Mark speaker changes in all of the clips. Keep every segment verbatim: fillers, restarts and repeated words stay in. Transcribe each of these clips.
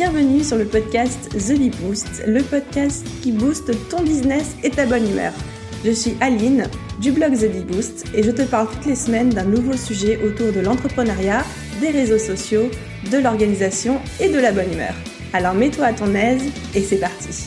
Speaker 1: Bienvenue sur le podcast The Bee Boost, le podcast qui booste ton business et ta bonne humeur. Je suis Aline du blog The Bee Boost et je te parle toutes les semaines d'un nouveau sujet autour de l'entrepreneuriat, des réseaux sociaux, de l'organisation et de la bonne humeur. Alors mets-toi à ton aise et c'est parti.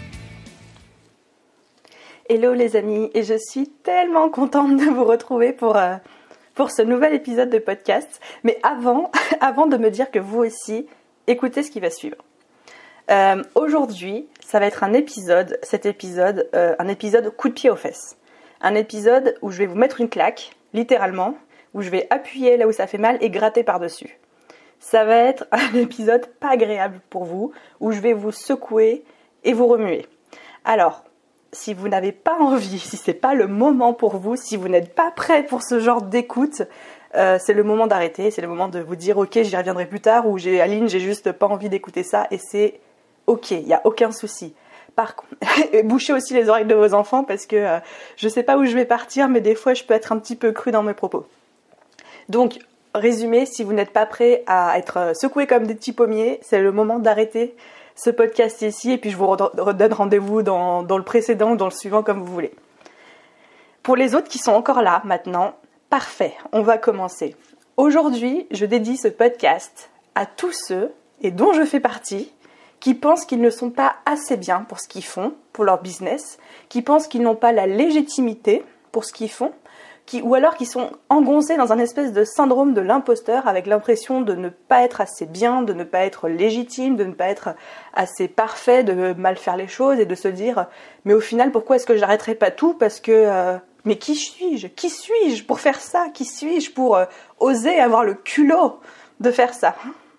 Speaker 1: Hello les amis, et je suis tellement contente de vous retrouver pour, euh, pour ce nouvel épisode de podcast. Mais avant, avant de me dire que vous aussi, écoutez ce qui va suivre. Euh, aujourd'hui, ça va être un épisode, cet épisode, euh, un épisode coup de pied aux fesses. Un épisode où je vais vous mettre une claque, littéralement, où je vais appuyer là où ça fait mal et gratter par-dessus. Ça va être un épisode pas agréable pour vous, où je vais vous secouer et vous remuer. Alors, si vous n'avez pas envie, si c'est pas le moment pour vous, si vous n'êtes pas prêt pour ce genre d'écoute, euh, c'est le moment d'arrêter, c'est le moment de vous dire ok, j'y reviendrai plus tard, ou j'ai Aline, j'ai juste pas envie d'écouter ça, et c'est ok, il n'y a aucun souci. Par contre, bouchez aussi les oreilles de vos enfants parce que euh, je sais pas où je vais partir, mais des fois je peux être un petit peu crue dans mes propos. Donc, résumé, si vous n'êtes pas prêt à être secoué comme des petits pommiers, c'est le moment d'arrêter ce podcast ici et puis je vous redonne rendez-vous dans, dans le précédent ou dans le suivant comme vous voulez. Pour les autres qui sont encore là maintenant, parfait, on va commencer. Aujourd'hui, je dédie ce podcast à tous ceux, et dont je fais partie, qui pensent qu'ils ne sont pas assez bien pour ce qu'ils font, pour leur business, qui pensent qu'ils n'ont pas la légitimité pour ce qu'ils font, qui, ou alors qui sont engoncés dans un espèce de syndrome de l'imposteur avec l'impression de ne pas être assez bien, de ne pas être légitime, de ne pas être assez parfait, de mal faire les choses et de se dire « mais au final, pourquoi est-ce que j'arrêterai pas tout parce que euh, mais qui suis-je ? Qui suis-je pour faire ça ? Qui suis-je pour euh, oser avoir le culot de faire ça ?»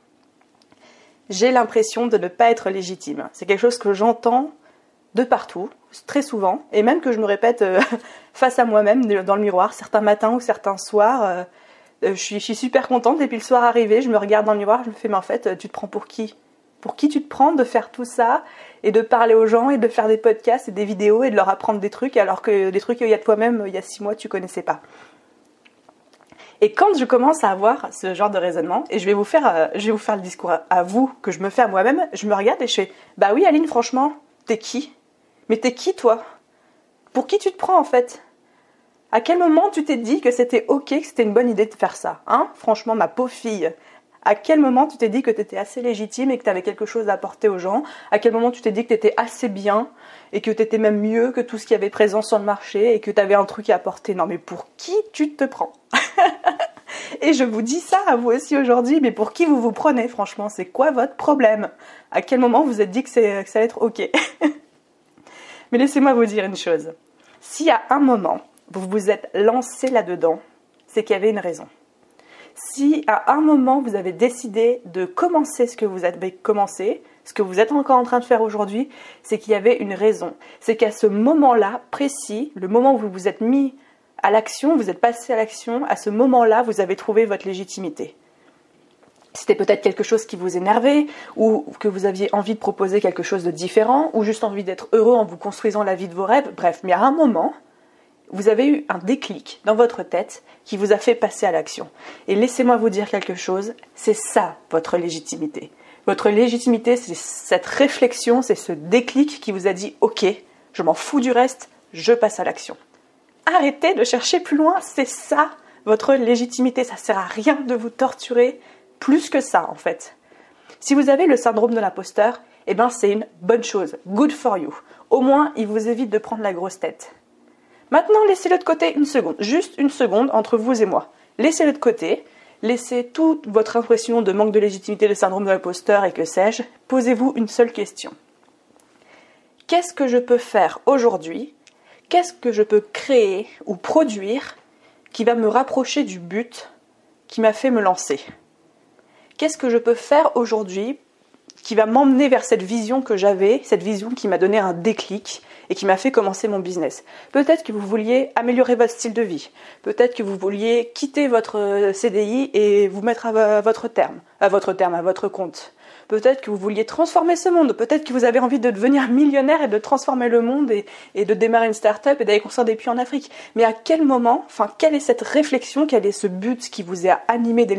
Speaker 1: J'ai l'impression de ne pas être légitime. C'est quelque chose que j'entends de partout, très souvent, et même que je me répète euh, face à moi-même dans le miroir, certains matins ou certains soirs, euh, euh, je, suis, je suis super contente, et puis le soir arrivé, je me regarde dans le miroir, je me fais, mais en fait, tu te prends pour qui ? Pour qui tu te prends de faire tout ça, et de parler aux gens, et de faire des podcasts, et des vidéos, et de leur apprendre des trucs, alors que des trucs qu'il y a de toi-même, il y a six mois, tu connaissais pas. Et quand je commence à avoir ce genre de raisonnement, et je vais vous faire, euh, je vais vous faire le discours à, à vous, que je me fais à moi-même, je me regarde et je fais, bah oui Aline, franchement, t'es qui ? Mais t'es qui toi ? Pour qui tu te prends en fait ? À quel moment tu t'es dit que c'était ok, que c'était une bonne idée de faire ça ? Hein ? Franchement, ma pauvre fille. À quel moment tu t'es dit que t'étais assez légitime et que t'avais quelque chose à apporter aux gens ? À quel moment tu t'es dit que t'étais assez bien et que t'étais même mieux que tout ce qui avait présent sur le marché et que t'avais un truc à apporter ? Non mais pour qui tu te prends ? Et je vous dis ça à vous aussi aujourd'hui, mais pour qui vous vous prenez franchement ? C'est quoi votre problème ? À quel moment vous vous êtes dit que, c'est, que ça allait être ok ? Mais laissez-moi vous dire une chose. Si à un moment, vous vous êtes lancé là-dedans, c'est qu'il y avait une raison. Si à un moment, vous avez décidé de commencer ce que vous avez commencé, ce que vous êtes encore en train de faire aujourd'hui, c'est qu'il y avait une raison. C'est qu'à ce moment-là précis, le moment où vous vous êtes mis à l'action, vous êtes passé à l'action, à ce moment-là, vous avez trouvé votre légitimité. C'était peut-être quelque chose qui vous énervait, ou que vous aviez envie de proposer quelque chose de différent, ou juste envie d'être heureux en vous construisant la vie de vos rêves. Bref, mais à un moment, vous avez eu un déclic dans votre tête qui vous a fait passer à l'action. Et laissez-moi vous dire quelque chose, c'est ça votre légitimité. Votre légitimité, c'est cette réflexion, c'est ce déclic qui vous a dit « Ok, je m'en fous du reste, je passe à l'action ». Arrêtez de chercher plus loin, c'est ça votre légitimité. Ça sert à rien de vous torturer plus que ça en fait. Si vous avez le syndrome de l'imposteur, eh ben c'est une bonne chose. Good for you. Au moins, il vous évite de prendre la grosse tête. Maintenant, laissez-le de côté une seconde. Juste une seconde entre vous et moi. Laissez-le de côté. Laissez toute votre impression de manque de légitimité, de syndrome de l'imposteur et que sais-je. Posez-vous une seule question. Qu'est-ce que je peux faire aujourd'hui ? Qu'est-ce que je peux créer ou produire qui va me rapprocher du but qui m'a fait me lancer ? Qu'est-ce que je peux faire aujourd'hui qui va m'emmener vers cette vision que j'avais, cette vision qui m'a donné un déclic et qui m'a fait commencer mon business ? Peut-être que vous vouliez améliorer votre style de vie. Peut-être que vous vouliez quitter votre C D I et vous mettre à votre terme, à votre terme, à votre compte. Peut-être que vous vouliez transformer ce monde. Peut-être que vous avez envie de devenir millionnaire et de transformer le monde et, et de démarrer une start-up et d'aller construire des puits en Afrique. Mais à quel moment, enfin, quelle est cette réflexion, quel est ce but qui vous a animé dès le début ?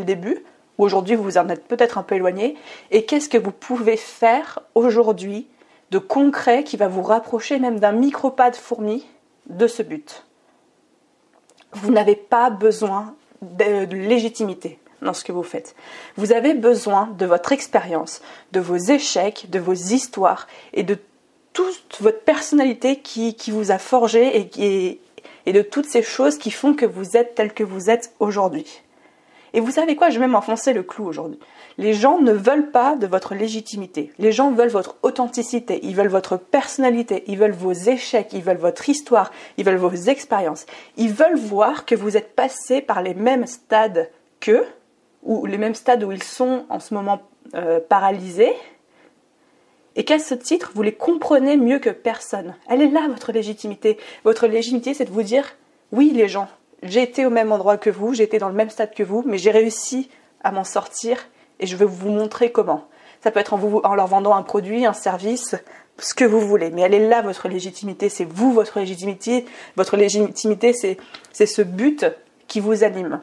Speaker 1: ou aujourd'hui vous vous en êtes peut-être un peu éloigné, et qu'est-ce que vous pouvez faire aujourd'hui de concret qui va vous rapprocher même d'un micro-pas de fourmi de ce but. Vous n'avez pas besoin de, de légitimité dans ce que vous faites. Vous avez besoin de votre expérience, de vos échecs, de vos histoires et de toute votre personnalité qui, qui vous a forgé et, qui, et de toutes ces choses qui font que vous êtes tel que vous êtes aujourd'hui. Et vous savez quoi, je vais même enfoncer le clou aujourd'hui. Les gens ne veulent pas de votre légitimité. Les gens veulent votre authenticité, ils veulent votre personnalité, ils veulent vos échecs, ils veulent votre histoire, ils veulent vos expériences. Ils veulent voir que vous êtes passé par les mêmes stades qu'eux, ou les mêmes stades où ils sont en ce moment euh, paralysés, et qu'à ce titre, vous les comprenez mieux que personne. Elle est là, votre légitimité. Votre légitimité, c'est de vous dire, oui les gens, j'ai été au même endroit que vous, j'ai été dans le même stade que vous, mais j'ai réussi à m'en sortir et je vais vous montrer comment. Ça peut être en, vous, en leur vendant un produit, un service, ce que vous voulez. Mais elle est là, votre légitimité. C'est vous, votre légitimité. Votre légitimité, c'est, c'est ce but qui vous anime.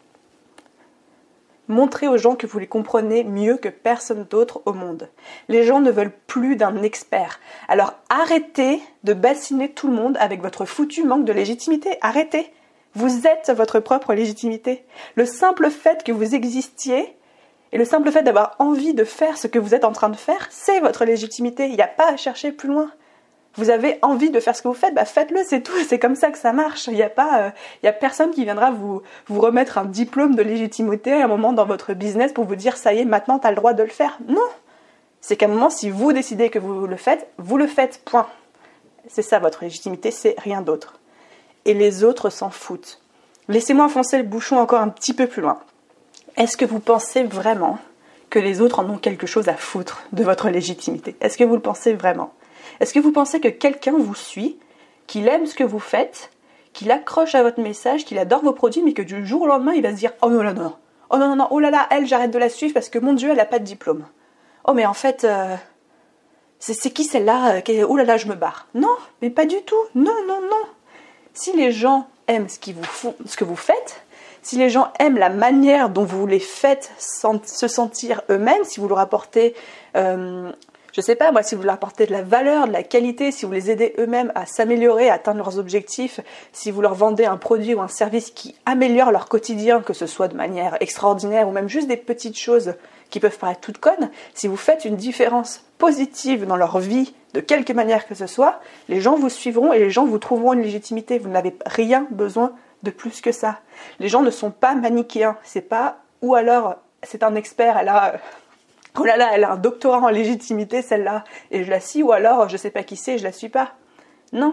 Speaker 1: Montrez aux gens que vous les comprenez mieux que personne d'autre au monde. Les gens ne veulent plus d'un expert. Alors arrêtez de bassiner tout le monde avec votre foutu manque de légitimité. Arrêtez. Vous êtes votre propre légitimité. Le simple fait que vous existiez et le simple fait d'avoir envie de faire ce que vous êtes en train de faire, c'est votre légitimité. Il n'y a pas à chercher plus loin. Vous avez envie de faire ce que vous faites, bah faites-le, c'est tout. C'est comme ça que ça marche. Il n'y a pas, euh, il y a personne qui viendra vous, vous remettre un diplôme de légitimité à un moment dans votre business pour vous dire ça y est, maintenant tu as le droit de le faire. Non. C'est qu'à un moment, si vous décidez que vous le faites, vous le faites, point. C'est ça votre légitimité, c'est rien d'autre. Et les autres s'en foutent. Laissez-moi enfoncer le bouchon encore un petit peu plus loin. Est-ce que vous pensez vraiment que les autres en ont quelque chose à foutre de votre légitimité? Est-ce que vous le pensez vraiment? Est-ce que vous pensez que quelqu'un vous suit, qu'il aime ce que vous faites, qu'il accroche à votre message, qu'il adore vos produits, mais que du jour au lendemain, il va se dire « Oh non, non, non, oh non, non, non, oh là là, elle, j'arrête de la suivre parce que mon Dieu, elle n'a pas de diplôme. Oh mais en fait... Euh... C'est, c'est qui celle-là? Oh là là, je me barre. » Non, mais pas du tout. Non, non, non. Si les gens aiment ce, qu'ils vous font, ce que vous faites, si les gens aiment la manière dont vous les faites sent, se sentir eux-mêmes, si vous leur apportez, euh, je sais pas moi, si vous leur apportez de la valeur, de la qualité, si vous les aidez eux-mêmes à s'améliorer, à atteindre leurs objectifs, si vous leur vendez un produit ou un service qui améliore leur quotidien, que ce soit de manière extraordinaire ou même juste des petites choses qui peuvent paraître toutes connes, si vous faites une différence positive dans leur vie, de quelque manière que ce soit, les gens vous suivront et les gens vous trouveront une légitimité. Vous n'avez rien besoin de plus que ça. Les gens ne sont pas manichéens. C'est pas, ou alors, c'est un expert, elle a, oh là là, elle a un doctorat en légitimité, celle-là, et je la suis, ou alors, je sais pas qui c'est, je la suis pas. Non.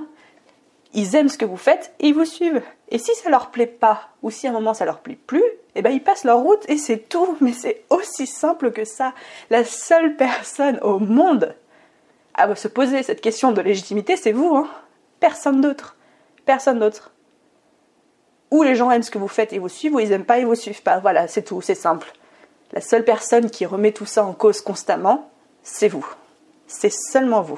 Speaker 1: Ils aiment ce que vous faites et ils vous suivent. Et si ça leur plaît pas, ou si à un moment ça leur plaît plus, eh ben ils passent leur route et c'est tout. Mais c'est aussi simple que ça. La seule personne au monde à se poser cette question de légitimité, c'est vous, hein. Personne d'autre. Personne d'autre. Ou les gens aiment ce que vous faites et vous suivent, ou ils aiment pas et vous suivent pas. Voilà, c'est tout, c'est simple. La seule personne qui remet tout ça en cause constamment, c'est vous. C'est seulement vous.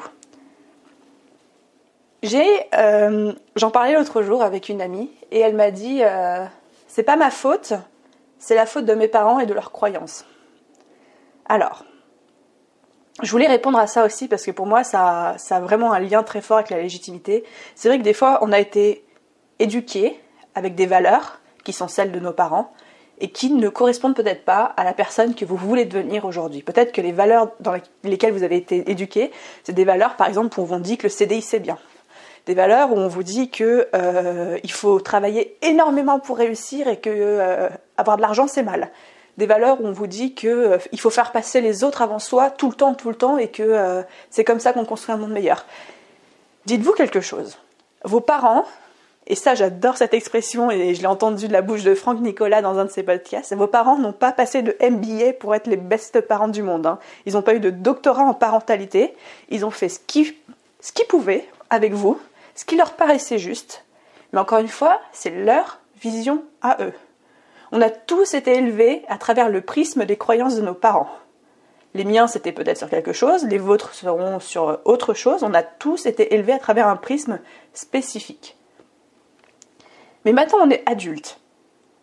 Speaker 1: J'ai, euh, j'en parlais l'autre jour avec une amie, et elle m'a dit euh, « C'est pas ma faute, c'est la faute de mes parents et de leurs croyances. » Alors, je voulais répondre à ça aussi parce que pour moi, ça, ça a vraiment un lien très fort avec la légitimité. C'est vrai que des fois, on a été éduqués avec des valeurs qui sont celles de nos parents et qui ne correspondent peut-être pas à la personne que vous voulez devenir aujourd'hui. Peut-être que les valeurs dans lesquelles vous avez été éduqués, c'est des valeurs, par exemple, où on vous dit que le C D I c'est bien. Des valeurs où on vous dit que euh, il faut travailler énormément pour réussir et que euh, avoir de l'argent c'est mal. Des valeurs où on vous dit que euh, il faut faire passer les autres avant soi tout le temps, tout le temps, et que euh, c'est comme ça qu'on construit un monde meilleur. Dites-vous quelque chose. Vos parents, et ça j'adore cette expression et je l'ai entendue de la bouche de Franck Nicolas dans un de ses podcasts, vos parents n'ont pas passé de M B A pour être les best parents du monde. Hein. Ils n'ont pas eu de doctorat en parentalité. Ils ont fait ce qu'ils, ce qu'ils pouvaient avec vous, ce qui leur paraissait juste. Mais encore une fois, c'est leur vision à eux. On a tous été élevés à travers le prisme des croyances de nos parents. Les miens, c'était peut-être sur quelque chose, les vôtres seront sur autre chose. On a tous été élevés à travers un prisme spécifique. Mais maintenant, on est adulte.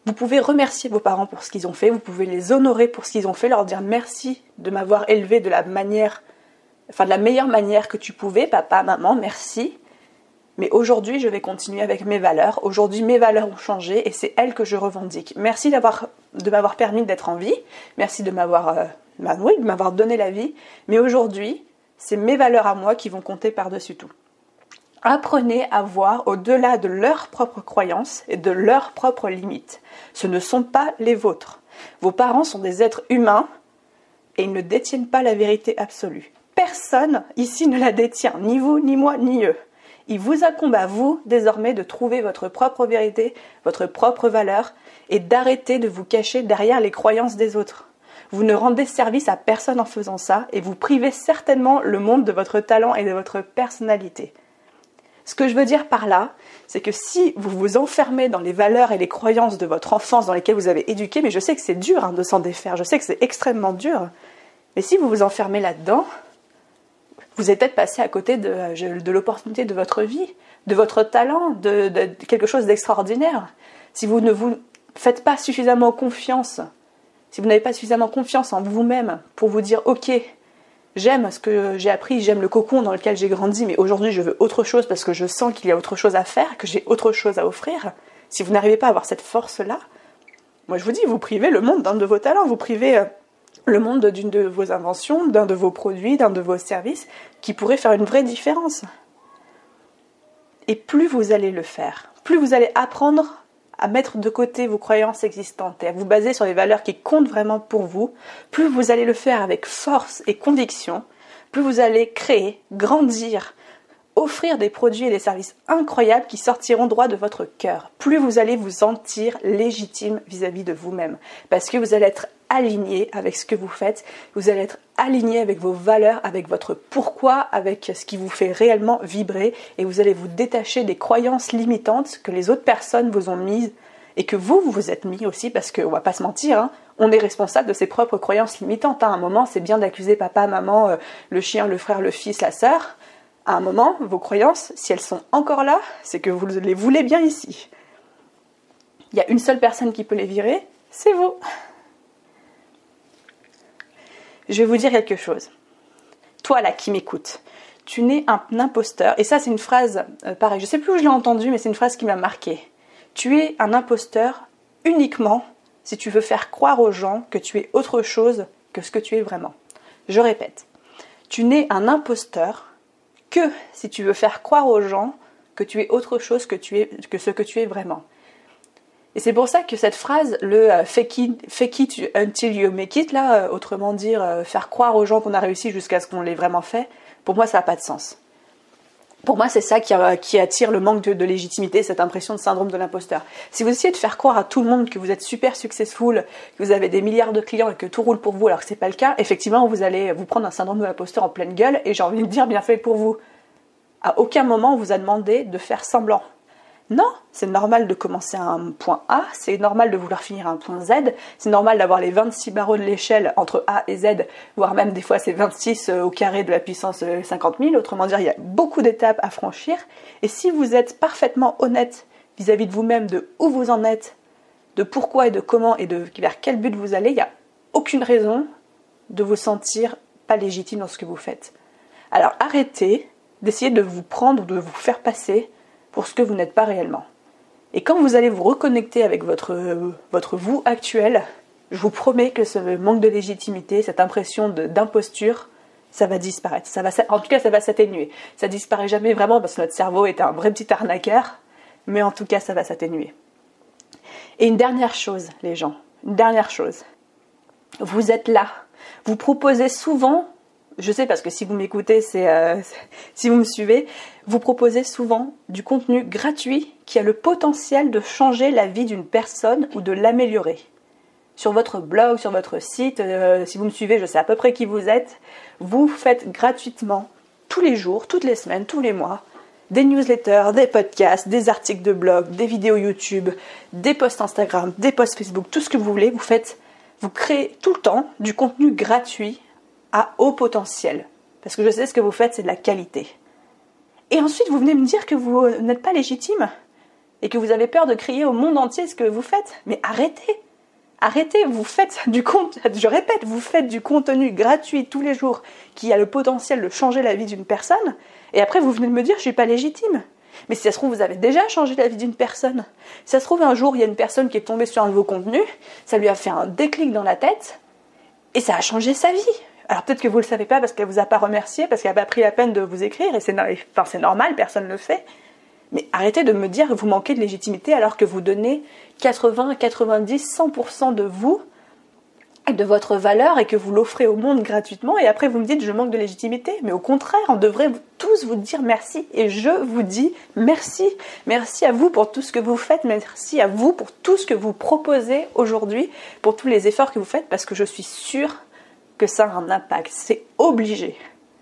Speaker 1: Vous pouvez remercier vos parents pour ce qu'ils ont fait, vous pouvez les honorer pour ce qu'ils ont fait, leur dire merci de m'avoir élevé de la manière, enfin de la meilleure manière que tu pouvais, papa, maman, merci. Mais aujourd'hui, je vais continuer avec mes valeurs. Aujourd'hui, mes valeurs ont changé et c'est elles que je revendique. Merci d'avoir, de m'avoir permis d'être en vie. Merci de m'avoir, euh, bah oui, de m'avoir donné la vie. Mais aujourd'hui, c'est mes valeurs à moi qui vont compter par-dessus tout. Apprenez à voir au-delà de leurs propres croyances et de leurs propres limites. Ce ne sont pas les vôtres. Vos parents sont des êtres humains et ils ne détiennent pas la vérité absolue. Personne ici ne la détient, ni vous, ni moi, ni eux. Il vous incombe à vous, désormais, de trouver votre propre vérité, votre propre valeur, et d'arrêter de vous cacher derrière les croyances des autres. Vous ne rendez service à personne en faisant ça, et vous privez certainement le monde de votre talent et de votre personnalité. Ce que je veux dire par là, c'est que si vous vous enfermez dans les valeurs et les croyances de votre enfance dans lesquelles vous avez éduqué, mais je sais que c'est dur hein, de s'en défaire, je sais que c'est extrêmement dur, mais si vous vous enfermez là-dedans, vous êtes peut-être passé à côté de, de l'opportunité de votre vie, de votre talent, de, de, de quelque chose d'extraordinaire. Si vous ne vous faites pas suffisamment confiance, si vous n'avez pas suffisamment confiance en vous-même pour vous dire « Ok, j'aime ce que j'ai appris, j'aime le cocon dans lequel j'ai grandi, mais aujourd'hui je veux autre chose parce que je sens qu'il y a autre chose à faire, que j'ai autre chose à offrir. » Si vous n'arrivez pas à avoir cette force-là, moi je vous dis, vous privez le monde d'un de vos talents, vous privez... Euh, le monde d'une de vos inventions, d'un de vos produits, d'un de vos services, qui pourrait faire une vraie différence. Et plus vous allez le faire, plus vous allez apprendre à mettre de côté vos croyances existantes et à vous baser sur les valeurs qui comptent vraiment pour vous, plus vous allez le faire avec force et conviction, plus vous allez créer, grandir, offrir des produits et des services incroyables qui sortiront droit de votre cœur. Plus vous allez vous sentir légitime vis-à-vis de vous-même, parce que vous allez être aligné avec ce que vous faites, vous allez être aligné avec vos valeurs, avec votre pourquoi, avec ce qui vous fait réellement vibrer, et vous allez vous détacher des croyances limitantes que les autres personnes vous ont mises et que vous, vous vous êtes mis aussi, parce qu'on va pas se mentir, hein, on est responsable de ses propres croyances limitantes. Hein. À un moment, c'est bien d'accuser papa, maman, euh, le chien, le frère, le fils, la sœur. À un moment, vos croyances, si elles sont encore là, c'est que vous les voulez bien ici. Il y a une seule personne qui peut les virer, c'est vous. Je vais vous dire quelque chose. Toi là qui m'écoutes, tu n'es un imposteur. Et ça c'est une phrase, euh, pareil, je ne sais plus où je l'ai entendue, mais c'est une phrase qui m'a marquée. Tu es un imposteur uniquement si tu veux faire croire aux gens que tu es autre chose que ce que tu es vraiment. Je répète, tu n'es un imposteur que si tu veux faire croire aux gens que tu es autre chose que, tu es, que ce que tu es vraiment. Et c'est pour ça que cette phrase, le euh, fake it, fake it until you make it, là, euh, autrement dire, euh, faire croire aux gens qu'on a réussi jusqu'à ce qu'on l'ait vraiment fait, pour moi ça n'a pas de sens. Pour moi c'est ça qui, euh, qui attire le manque de, de légitimité, cette impression de syndrome de l'imposteur. Si vous essayez de faire croire à tout le monde que vous êtes super successful, que vous avez des milliards de clients et que tout roule pour vous alors que c'est pas le cas, effectivement vous allez vous prendre un syndrome de l'imposteur en pleine gueule, et j'ai envie de dire bien fait pour vous. À aucun moment on vous a demandé de faire semblant. Non, c'est normal de commencer à un point A, c'est normal de vouloir finir à un point Z, c'est normal d'avoir les vingt-six barreaux de l'échelle entre A et Z, voire même des fois c'est vingt-six au carré de la puissance cinquante mille, autrement dire il y a beaucoup d'étapes à franchir, et si vous êtes parfaitement honnête vis-à-vis de vous-même, de où vous en êtes, de pourquoi et de comment et de vers quel but vous allez, il n'y a aucune raison de vous sentir pas légitime dans ce que vous faites. Alors arrêtez d'essayer de vous prendre ou de vous faire passer pour ce que vous n'êtes pas réellement. Et quand vous allez vous reconnecter avec votre, votre vous actuel, je vous promets que ce manque de légitimité, cette impression de, d'imposture, ça va disparaître. Ça va, en tout cas, ça va s'atténuer. Ça disparaît jamais vraiment parce que notre cerveau est un vrai petit arnaqueur, mais en tout cas, ça va s'atténuer. Et une dernière chose, les gens, une dernière chose. Vous êtes là. Vous proposez souvent, je sais parce que si vous m'écoutez, c'est, euh, si vous me suivez, vous proposez souvent du contenu gratuit qui a le potentiel de changer la vie d'une personne ou de l'améliorer. Sur votre blog, sur votre site, euh, si vous me suivez, je sais à peu près qui vous êtes, vous faites gratuitement, tous les jours, toutes les semaines, tous les mois, des newsletters, des podcasts, des articles de blog, des vidéos YouTube, des posts Instagram, des posts Facebook, tout ce que vous voulez, vous faites, vous créez tout le temps du contenu gratuit à haut potentiel. Parce que je sais ce que vous faites, c'est de la qualité. Et ensuite, vous venez me dire que vous n'êtes pas légitime. et que vous avez peur de crier au monde entier ce que vous faites, mais arrêtez. Arrêtez, vous faites du compte, je répète, vous faites du contenu gratuit tous les jours qui a le potentiel de changer la vie d'une personne, et après vous venez de me dire je suis pas légitime. Mais si ça se trouve, vous avez déjà changé la vie d'une personne. Si ça se trouve, un jour, il y a une personne qui est tombée sur un de vos contenus, ça lui a fait un déclic dans la tête, et ça a changé sa vie. Alors peut-être que vous ne le savez pas parce qu'elle ne vous a pas remercié, parce qu'elle n'a pas pris la peine de vous écrire, et c'est, enfin, c'est normal, personne ne le fait. Mais arrêtez de me dire que vous manquez de légitimité alors que vous donnez quatre-vingts, quatre-vingt-dix, cent pour cent de vous et de votre valeur et que vous l'offrez au monde gratuitement et après vous me dites je manque de légitimité. Mais au contraire, on devrait tous vous dire merci et je vous dis merci. Merci à vous pour tout ce que vous faites, merci à vous pour tout ce que vous proposez aujourd'hui, pour tous les efforts que vous faites parce que je suis sûre que ça a un impact, c'est obligé.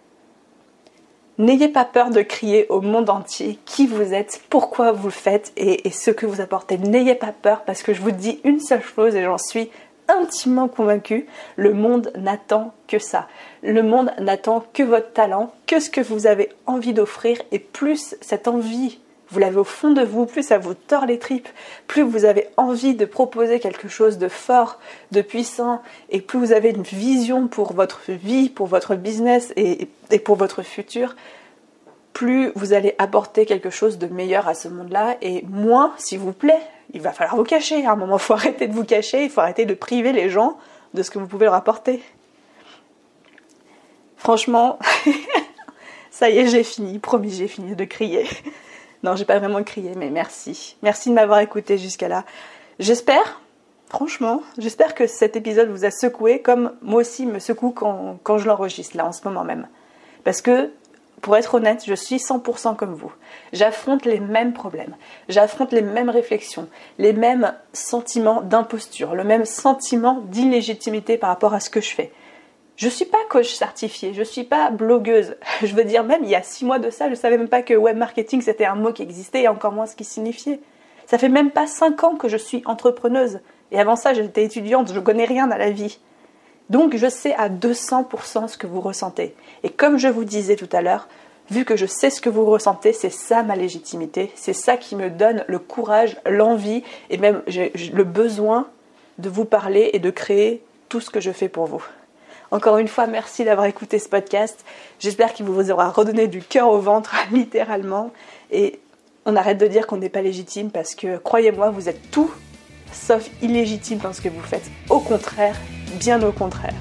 Speaker 1: N'ayez pas peur de crier au monde entier qui vous êtes, pourquoi vous le faites et, et ce que vous apportez. N'ayez pas peur parce que je vous dis une seule chose et j'en suis intimement convaincue, le monde n'attend que ça. Le monde n'attend que votre talent, que ce que vous avez envie d'offrir et plus cette envie, vous l'avez au fond de vous, plus ça vous tord les tripes, plus vous avez envie de proposer quelque chose de fort, de puissant et plus vous avez une vision pour votre vie, pour votre business et, et pour votre futur, plus vous allez apporter quelque chose de meilleur à ce monde-là et moins, s'il vous plaît, il va falloir vous cacher. À un moment, il faut arrêter de vous cacher, il faut arrêter de priver les gens de ce que vous pouvez leur apporter. Franchement, ça y est, j'ai fini, promis, j'ai fini de crier. Non, j'ai pas vraiment crié, mais merci. Merci de m'avoir écouté jusqu'à là. J'espère, franchement, j'espère que cet épisode vous a secoué comme moi aussi me secoue quand, quand je l'enregistre, là, en ce moment même. Parce que, pour être honnête, je suis cent pour cent comme vous. J'affronte les mêmes problèmes, j'affronte les mêmes réflexions, les mêmes sentiments d'imposture, le même sentiment d'illégitimité par rapport à ce que je fais. Je ne suis pas coach certifiée, je ne suis pas blogueuse. Je veux dire, même il y a six mois de ça, je ne savais même pas que web marketing c'était un mot qui existait et encore moins ce qu'il signifiait. Ça fait même pas cinq ans que je suis entrepreneuse. Et avant ça, j'étais étudiante, je ne connais rien à la vie. Donc je sais à deux cents pour cent ce que vous ressentez. Et comme je vous disais tout à l'heure, vu que je sais ce que vous ressentez, c'est ça ma légitimité. C'est ça qui me donne le courage, l'envie et même j'ai le besoin de vous parler et de créer tout ce que je fais pour vous. Encore une fois, merci d'avoir écouté ce podcast. J'espère qu'il vous aura redonné du cœur au ventre, littéralement. Et on arrête de dire qu'on n'est pas légitime parce que, croyez-moi, vous êtes tout sauf illégitime dans ce que vous faites. Au contraire, bien au contraire.